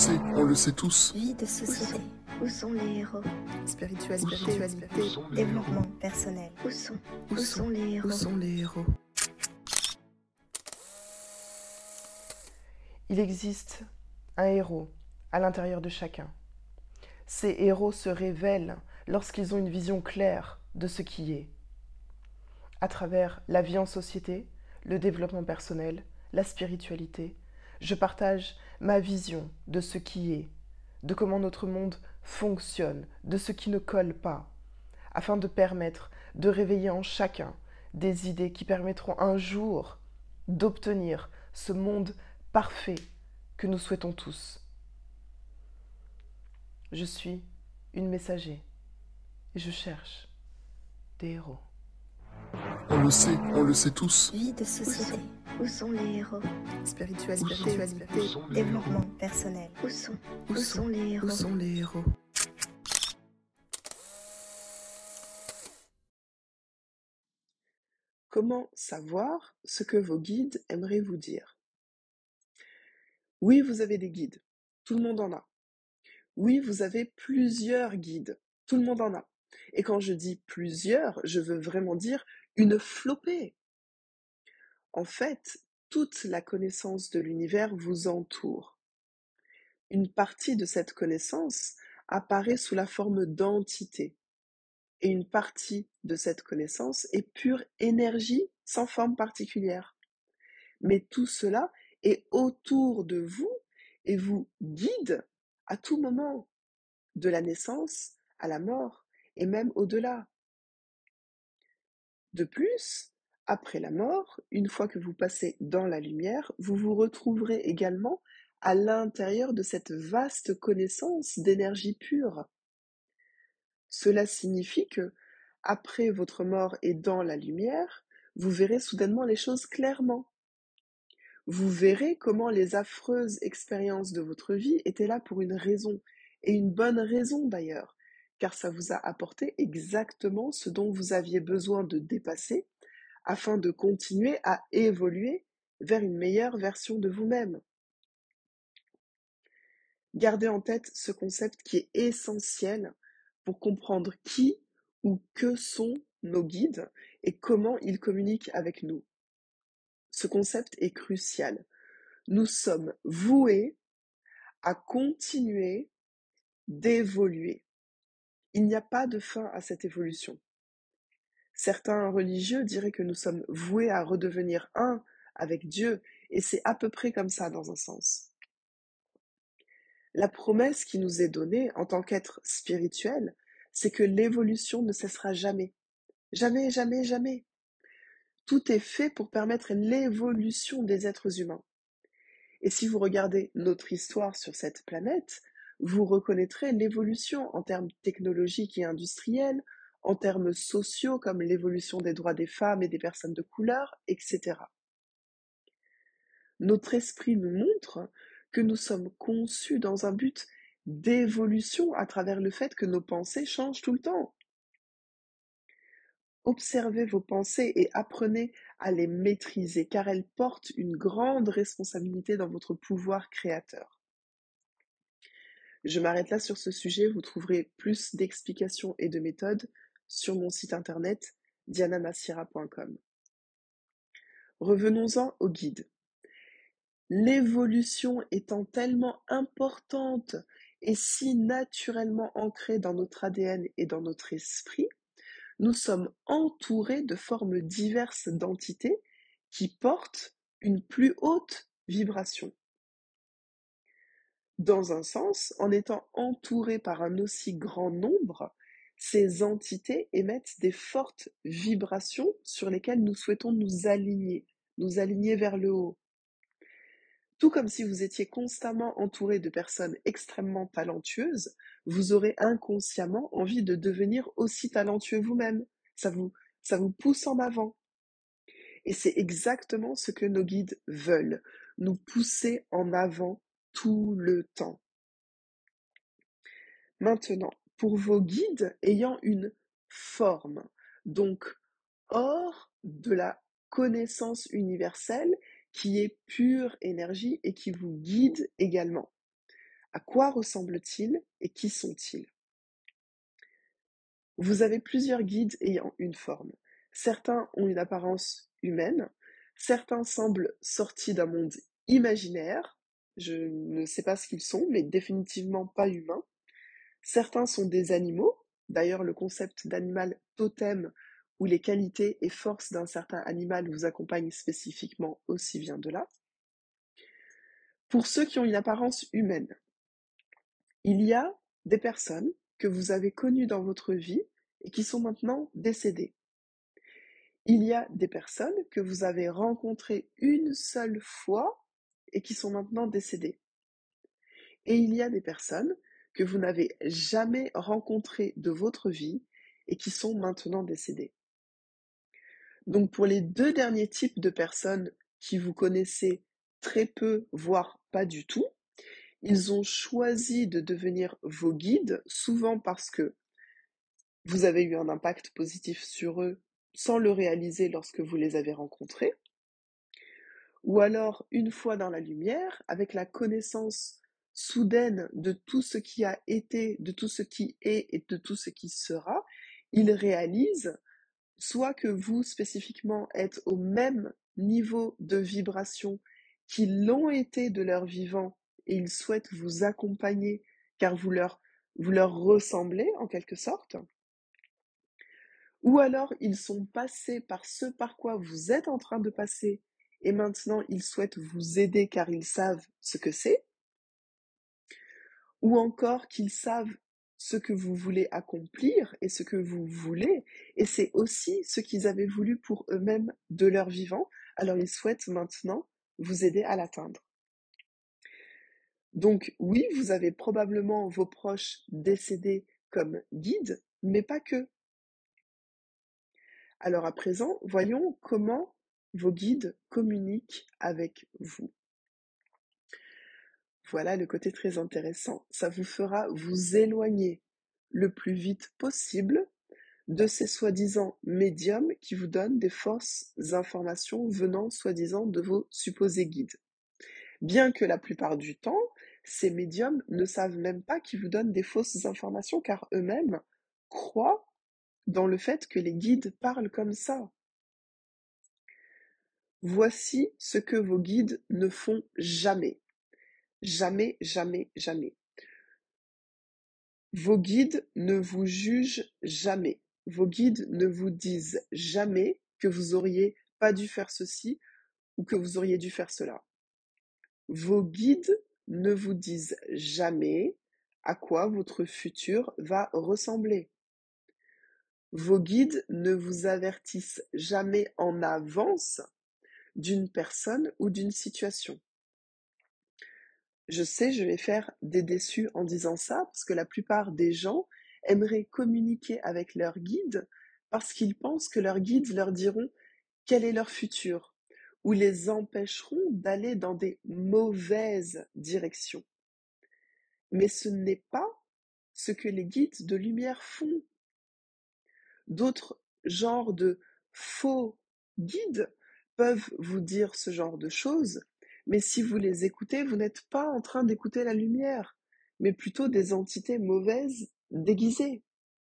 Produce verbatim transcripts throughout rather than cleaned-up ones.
sait, on le sait tous. Vie de société. Où sont les héros? Spiritualité. Spiritualité. Développement personnel. Où sont, Où où sont- sont les héros? Où sont les héros? Il existe un héros à l'intérieur de chacun. Ces héros se révèlent lorsqu'ils ont une vision claire de ce qui est. À travers la vie en société, le développement personnel, la spiritualité, je partage ma vision de ce qui est, de comment notre monde fonctionne, de ce qui ne colle pas, afin de permettre de réveiller en chacun des idées qui permettront un jour d'obtenir ce monde parfait que nous souhaitons tous. Je suis une messager et je cherche des héros. On le sait, on le sait tous. Vie de société. Où sont les héros? Spiritualité. Spiritualité. Développement personnel. Où sont, Où où sont- sont les héros? Où sont les héros? Comment savoir ce que vos guides aimeraient vous dire? Oui, vous avez des guides. Tout le monde en a. Oui, vous avez plusieurs guides. Tout le monde en a. Et quand je dis plusieurs, je veux vraiment dire une flopée. En fait, toute la connaissance de l'univers vous entoure. Une partie de cette connaissance apparaît sous la forme d'entités. Et une partie de cette connaissance est pure énergie sans forme particulière. Mais tout cela est autour de vous et vous guide à tout moment, de la naissance à la mort et même au-delà. De plus, après la mort, une fois que vous passez dans la lumière, vous vous retrouverez également à l'intérieur de cette vaste connaissance d'énergie pure. Cela signifie que, après votre mort et dans la lumière, vous verrez soudainement les choses clairement. Vous verrez comment les affreuses expériences de votre vie étaient là pour une raison, et une bonne raison d'ailleurs, car ça vous a apporté exactement ce dont vous aviez besoin de dépasser afin de continuer à évoluer vers une meilleure version de vous-même. Gardez en tête ce concept qui est essentiel pour comprendre qui ou que sont nos guides et comment ils communiquent avec nous. Ce concept est crucial. Nous sommes voués à continuer d'évoluer. Il n'y a pas de fin à cette évolution. Certains religieux diraient que nous sommes voués à redevenir un avec Dieu, et c'est à peu près comme ça dans un sens. La promesse qui nous est donnée en tant qu'être spirituel, c'est que l'évolution ne cessera jamais. Jamais, jamais, jamais. Tout est fait pour permettre l'évolution des êtres humains. Et si vous regardez notre histoire sur cette planète, vous reconnaîtrez l'évolution en termes technologiques et industriels, en termes sociaux comme l'évolution des droits des femmes et des personnes de couleur, et cetera. Notre esprit nous montre que nous sommes conçus dans un but d'évolution à travers le fait que nos pensées changent tout le temps. Observez vos pensées et apprenez à les maîtriser, car elles portent une grande responsabilité dans votre pouvoir créateur. Je m'arrête là sur ce sujet, vous trouverez plus d'explications et de méthodes sur mon site internet diana massira point com. Revenons-en au guide. L'évolution étant tellement importante et si naturellement ancrée dans notre A D N et dans notre esprit, nous sommes entourés de formes diverses d'entités qui portent une plus haute vibration. Dans un sens, en étant entourés par un aussi grand nombre, ces entités émettent des fortes vibrations sur lesquelles nous souhaitons nous aligner, nous aligner vers le haut. Tout comme si vous étiez constamment entouré de personnes extrêmement talentueuses, vous aurez inconsciemment envie de devenir aussi talentueux vous-même. Ça vous, ça vous pousse en avant. Et c'est exactement ce que nos guides veulent, nous pousser en avant tout le temps. Maintenant, pour vos guides ayant une forme, donc hors de la connaissance universelle qui est pure énergie et qui vous guide également. À quoi ressemblent-ils et qui sont-ils? Vous avez plusieurs guides ayant une forme. Certains ont une apparence humaine, certains semblent sortis d'un monde imaginaire, je ne sais pas ce qu'ils sont, mais définitivement pas humains. Certains sont des animaux, d'ailleurs le concept d'animal totem, où les qualités et forces d'un certain animal vous accompagnent spécifiquement aussi vient de là. Pour ceux qui ont une apparence humaine, il y a des personnes que vous avez connues dans votre vie et qui sont maintenant décédées. Il y a des personnes que vous avez rencontrées une seule fois et qui sont maintenant décédées. Et il y a des personnes que vous n'avez jamais rencontrées de votre vie et qui sont maintenant décédées. Donc pour les deux derniers types de personnes qui vous connaissez très peu, voire pas du tout, ils ont choisi de devenir vos guides, souvent parce que vous avez eu un impact positif sur eux sans le réaliser lorsque vous les avez rencontrés, ou alors une fois dans la lumière, avec la connaissance soudaine de tout ce qui a été, de tout ce qui est et de tout ce qui sera, ils réalisent soit que vous spécifiquement êtes au même niveau de vibration qu'ils l'ont été de leur vivant et ils souhaitent vous accompagner car vous leur, vous leur ressemblez en quelque sorte, ou alors ils sont passés par ce par quoi vous êtes en train de passer et maintenant ils souhaitent vous aider car ils savent ce que c'est, ou encore qu'ils savent ce que vous voulez accomplir et ce que vous voulez, et c'est aussi ce qu'ils avaient voulu pour eux-mêmes de leur vivant, alors ils souhaitent maintenant vous aider à l'atteindre. Donc oui, vous avez probablement vos proches décédés comme guides, mais pas que. Alors à présent, voyons comment vos guides communiquent avec vous. Voilà le côté très intéressant. Ça vous fera vous éloigner le plus vite possible de ces soi-disant médiums qui vous donnent des fausses informations venant soi-disant de vos supposés guides. Bien que la plupart du temps, ces médiums ne savent même pas qu'ils vous donnent des fausses informations car eux-mêmes croient dans le fait que les guides parlent comme ça. Voici ce que vos guides ne font jamais. Jamais, jamais, jamais. Vos guides ne vous jugent jamais. Vos guides ne vous disent jamais que vous auriez pas dû faire ceci ou que vous auriez dû faire cela. Vos guides ne vous disent jamais à quoi votre futur va ressembler. Vos guides ne vous avertissent jamais en avance d'une personne ou d'une situation. Je sais, je vais faire des déçus en disant ça, parce que la plupart des gens aimeraient communiquer avec leur guide parce qu'ils pensent que leurs guides leur diront quel est leur futur, ou les empêcheront d'aller dans des mauvaises directions. Mais ce n'est pas ce que les guides de lumière font. D'autres genres de faux guides peuvent vous dire ce genre de choses, mais si vous les écoutez, vous n'êtes pas en train d'écouter la lumière, mais plutôt des entités mauvaises déguisées.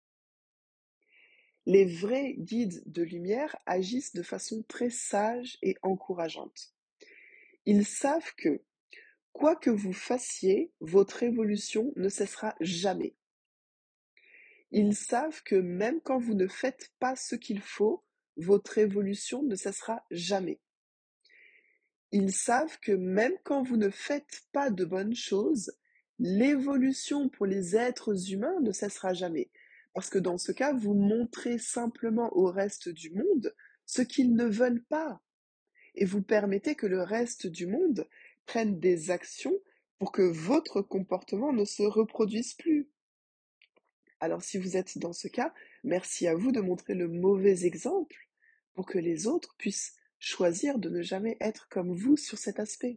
Les vrais guides de lumière agissent de façon très sage et encourageante. Ils savent que, quoi que vous fassiez, votre évolution ne cessera jamais. Ils savent que même quand vous ne faites pas ce qu'il faut, votre évolution ne cessera jamais. Ils savent que même quand vous ne faites pas de bonnes choses, l'évolution pour les êtres humains ne cessera jamais. Parce que dans ce cas, vous montrez simplement au reste du monde ce qu'ils ne veulent pas. Et vous permettez que le reste du monde prenne des actions pour que votre comportement ne se reproduise plus. Alors si vous êtes dans ce cas, merci à vous de montrer le mauvais exemple pour que les autres puissent choisir de ne jamais être comme vous sur cet aspect.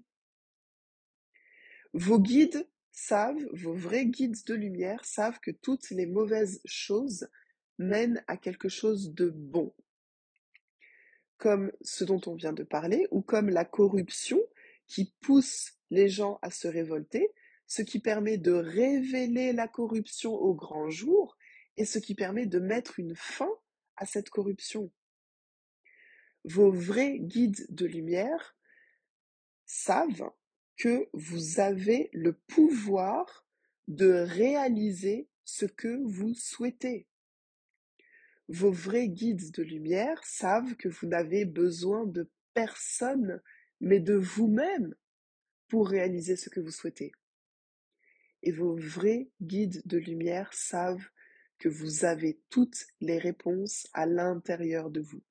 Vos guides savent, vos vrais guides de lumière savent que toutes les mauvaises choses mènent à quelque chose de bon, comme ce dont on vient de parler, ou comme la corruption qui pousse les gens à se révolter, ce qui permet de révéler la corruption au grand jour et ce qui permet de mettre une fin à cette corruption. Vos vrais guides de lumière savent que vous avez le pouvoir de réaliser ce que vous souhaitez. Vos vrais guides de lumière savent que vous n'avez besoin de personne, mais de vous-même pour réaliser ce que vous souhaitez. Et vos vrais guides de lumière savent que vous avez toutes les réponses à l'intérieur de vous.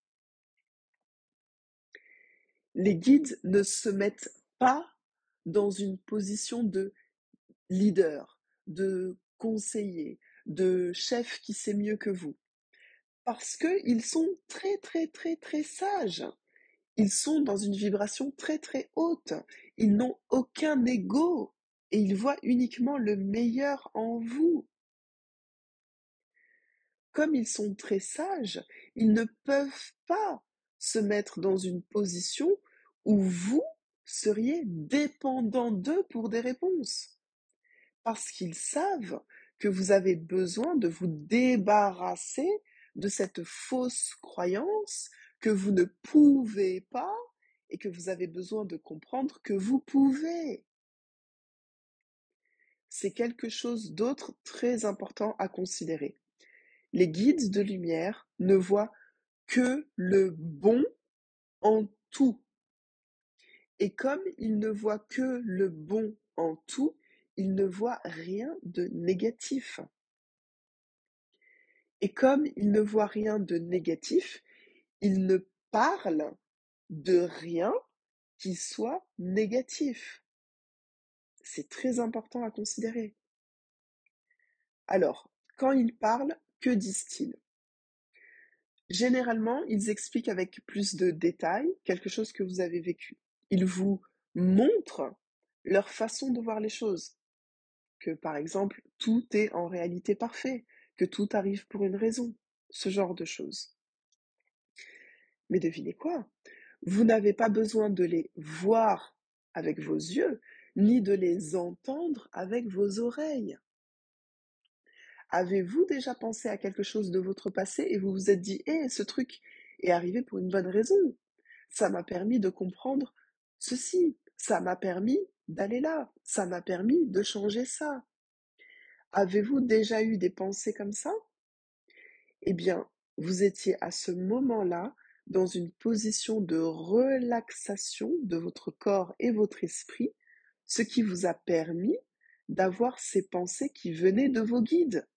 Les guides ne se mettent pas dans une position de leader, de conseiller, de chef qui sait mieux que vous. Parce qu'ils sont très très très très sages. Ils sont dans une vibration très très haute. Ils n'ont aucun ego et ils voient uniquement le meilleur en vous. Comme ils sont très sages, ils ne peuvent pas se mettre dans une position où vous seriez dépendant d'eux pour des réponses. Parce qu'ils savent que vous avez besoin de vous débarrasser de cette fausse croyance que vous ne pouvez pas et que vous avez besoin de comprendre que vous pouvez. C'est quelque chose d'autre très important à considérer. Les guides de lumière ne voient que le bon en tout. Et comme ils ne voient que le bon en tout, ils ne voient rien de négatif. Et comme ils ne voient rien de négatif, ils ne parlent de rien qui soit négatif. C'est très important à considérer. Alors, quand ils parlent, que disent-ils? Généralement, ils expliquent avec plus de détails quelque chose que vous avez vécu. Ils vous montrent leur façon de voir les choses. Que par exemple, tout est en réalité parfait, que tout arrive pour une raison, ce genre de choses. Mais devinez quoi? Vous n'avez pas besoin de les voir avec vos yeux, ni de les entendre avec vos oreilles. Avez-vous déjà pensé à quelque chose de votre passé et vous vous êtes dit « Eh, ce truc est arrivé pour une bonne raison. Ça m'a permis de comprendre ceci. Ça m'a permis d'aller là. Ça m'a permis de changer ça. » Avez-vous déjà eu des pensées comme ça? Eh bien, vous étiez à ce moment-là dans une position de relaxation de votre corps et votre esprit, ce qui vous a permis d'avoir ces pensées qui venaient de vos guides.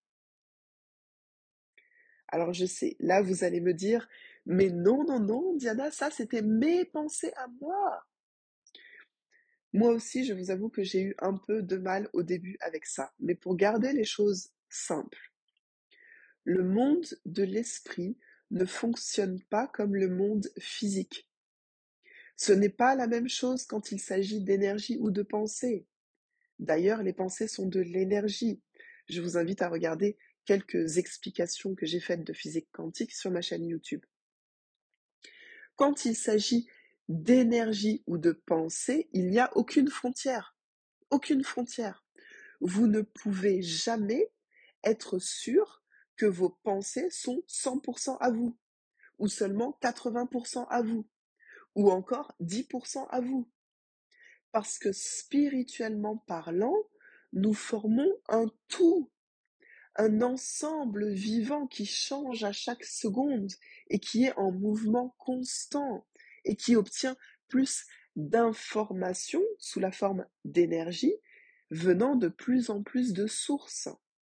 Alors je sais, là vous allez me dire, mais non, non, non, Diana, ça c'était mes pensées à moi. Moi aussi, je vous avoue que j'ai eu un peu de mal au début avec ça, mais pour garder les choses simples, le monde de l'esprit ne fonctionne pas comme le monde physique. Ce n'est pas la même chose quand il s'agit d'énergie ou de pensée. D'ailleurs, les pensées sont de l'énergie. Je vous invite à regarder quelques explications que j'ai faites de physique quantique sur ma chaîne YouTube. Quand il s'agit d'énergie ou de pensée, il n'y a aucune frontière. Aucune frontière. Vous ne pouvez jamais être sûr que vos pensées sont cent pour cent à vous, ou seulement quatre-vingts pour cent à vous, ou encore dix pour cent à vous. Parce que spirituellement parlant, nous formons un tout, un ensemble vivant qui change à chaque seconde et qui est en mouvement constant et qui obtient plus d'informations sous la forme d'énergie venant de plus en plus de sources.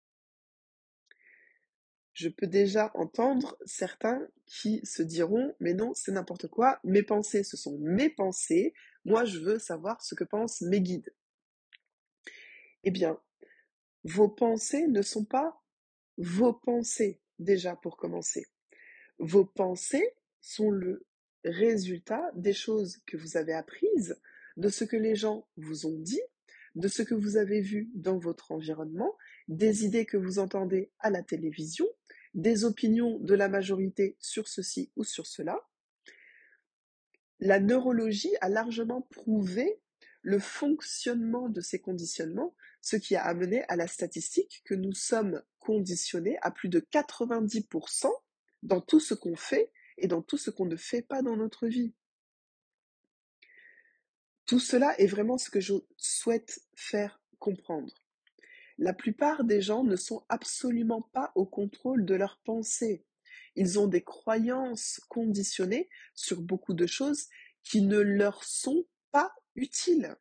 Je peux déjà entendre certains qui se diront « mais non, c'est n'importe quoi, mes pensées, ce sont mes pensées, moi je veux savoir ce que pensent mes guides. » Eh bien, vos pensées ne sont pas vos pensées, déjà pour commencer. Vos pensées sont le résultat des choses que vous avez apprises, de ce que les gens vous ont dit, de ce que vous avez vu dans votre environnement, des idées que vous entendez à la télévision, des opinions de la majorité sur ceci ou sur cela. La neurologie a largement prouvé le fonctionnement de ces conditionnements ce qui a amené à la statistique que nous sommes conditionnés à plus de quatre-vingt-dix pour cent dans tout ce qu'on fait et dans tout ce qu'on ne fait pas dans notre vie. Tout cela est vraiment ce que je souhaite faire comprendre. La plupart des gens ne sont absolument pas au contrôle de leurs pensées. Ils ont des croyances conditionnées sur beaucoup de choses qui ne leur sont pas utiles.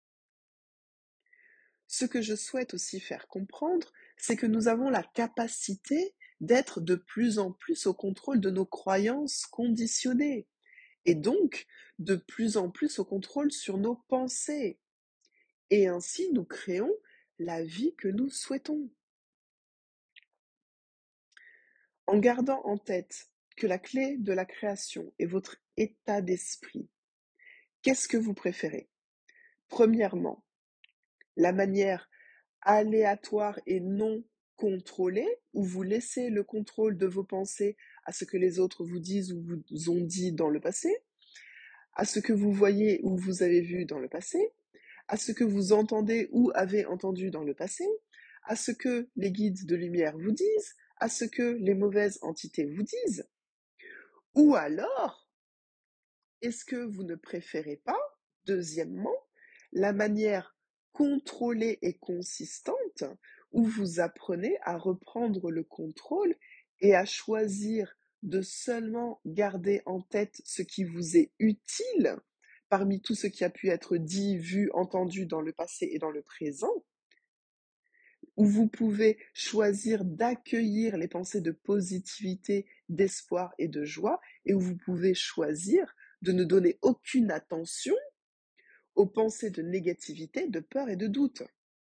Ce que je souhaite aussi faire comprendre, c'est que nous avons la capacité d'être de plus en plus au contrôle de nos croyances conditionnées, et donc de plus en plus au contrôle sur nos pensées. Et ainsi, nous créons la vie que nous souhaitons. En gardant en tête que la clé de la création est votre état d'esprit, qu'est-ce que vous préférez? Premièrement, la manière aléatoire et non contrôlée, où vous laissez le contrôle de vos pensées à ce que les autres vous disent ou vous ont dit dans le passé, à ce que vous voyez ou vous avez vu dans le passé, à ce que vous entendez ou avez entendu dans le passé, à ce que les guides de lumière vous disent, à ce que les mauvaises entités vous disent? Ou alors, est-ce que vous ne préférez pas, deuxièmement, la manière contrôlée et consistante où vous apprenez à reprendre le contrôle et à choisir de seulement garder en tête ce qui vous est utile parmi tout ce qui a pu être dit, vu, entendu dans le passé et dans le présent, où vous pouvez choisir d'accueillir les pensées de positivité, d'espoir et de joie, et où vous pouvez choisir de ne donner aucune attention aux pensées de négativité, de peur et de doute.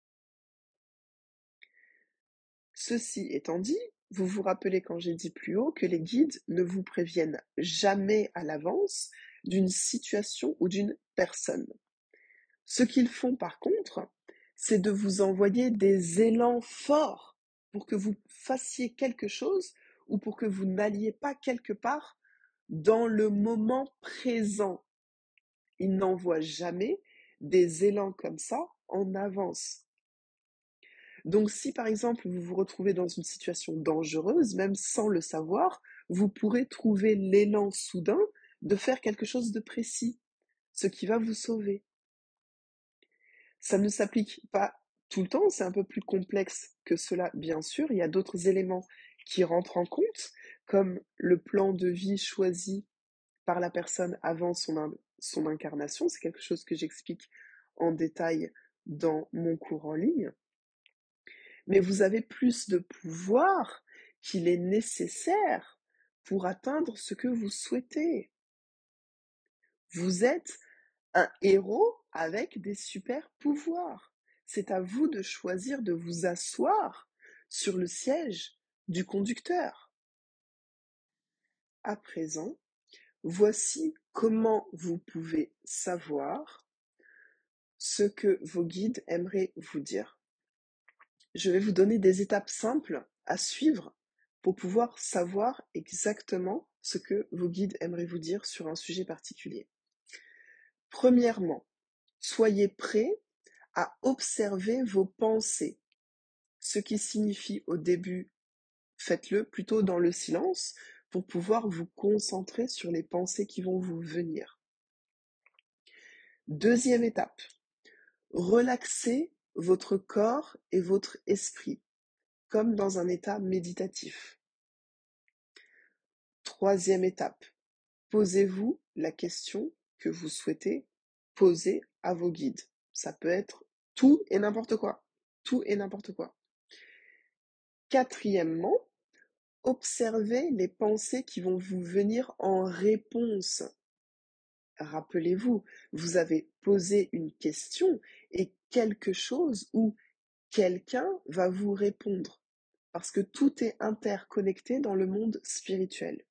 Ceci étant dit, vous vous rappelez quand j'ai dit plus haut que les guides ne vous préviennent jamais à l'avance d'une situation ou d'une personne. Ce qu'ils font par contre, c'est de vous envoyer des élans forts pour que vous fassiez quelque chose ou pour que vous n'alliez pas quelque part dans le moment présent. Ils n'envoient jamais des élans comme ça en avance. Donc si par exemple vous vous retrouvez dans une situation dangereuse, même sans le savoir, vous pourrez trouver l'élan soudain de faire quelque chose de précis, ce qui va vous sauver. Ça ne s'applique pas tout le temps, c'est un peu plus complexe que cela, bien sûr. Il y a d'autres éléments qui rentrent en compte, comme le plan de vie choisi par la personne avant son, in- son incarnation. C'est quelque chose que j'explique en détail dans mon cours en ligne. Mais vous avez plus de pouvoir qu'il est nécessaire pour atteindre ce que vous souhaitez. Vous êtes un héros avec des super pouvoirs. C'est à vous de choisir de vous asseoir sur le siège du conducteur. À présent, voici comment vous pouvez savoir ce que vos guides aimeraient vous dire. Je vais vous donner des étapes simples à suivre pour pouvoir savoir exactement ce que vos guides aimeraient vous dire sur un sujet particulier. Premièrement, soyez prêts à observer vos pensées, ce qui signifie au début, faites-le plutôt dans le silence pour pouvoir vous concentrer sur les pensées qui vont vous venir. Deuxième étape, relaxez votre corps et votre esprit, comme dans un état méditatif. Troisième étape, posez-vous la question que vous souhaitez poser à vos guides. Ça peut être tout et n'importe quoi. Tout et n'importe quoi. Quatrièmement, observez les pensées qui vont vous venir en réponse. Rappelez-vous, vous avez posé une question et quelque chose ou quelqu'un va vous répondre. Parce que tout est interconnecté dans le monde spirituel.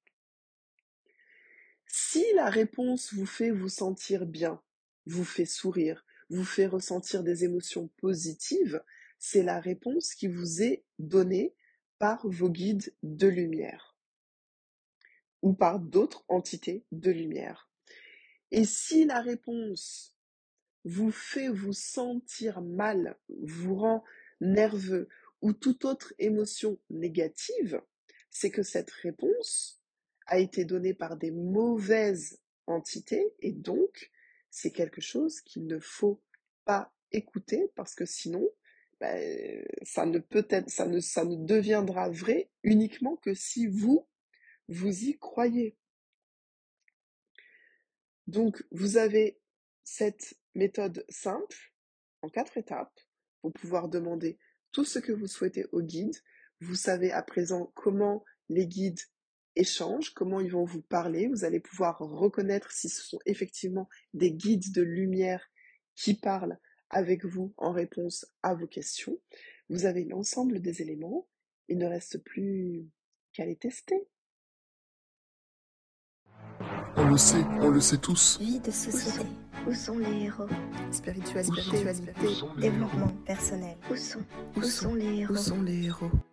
Si la réponse vous fait vous sentir bien, vous fait sourire, vous fait ressentir des émotions positives, c'est la réponse qui vous est donnée par vos guides de lumière ou par d'autres entités de lumière. Et si la réponse vous fait vous sentir mal, vous rend nerveux ou toute autre émotion négative, c'est que cette réponse a été donnée par des mauvaises entités et donc c'est quelque chose qu'il ne faut pas écouter parce que sinon ben, ça ne peut être, ça ne, ça ne deviendra vrai uniquement que si vous, vous y croyez. Donc, vous avez cette méthode simple, en quatre étapes, pour pouvoir demander tout ce que vous souhaitez au guide. Vous savez à présent comment les guides échangent, comment ils vont vous parler. Vous allez pouvoir reconnaître si ce sont effectivement des guides de lumière qui parlent avec vous en réponse à vos questions. Vous avez l'ensemble des éléments. Il ne reste plus qu'à les tester. On le sait, on le sait tous. Vie de Où société. sont, où sont les héros? Spiritualité. Spiritualité. Développement personnel. Où sont, Où où sont- sont les héros? Où sont les héros?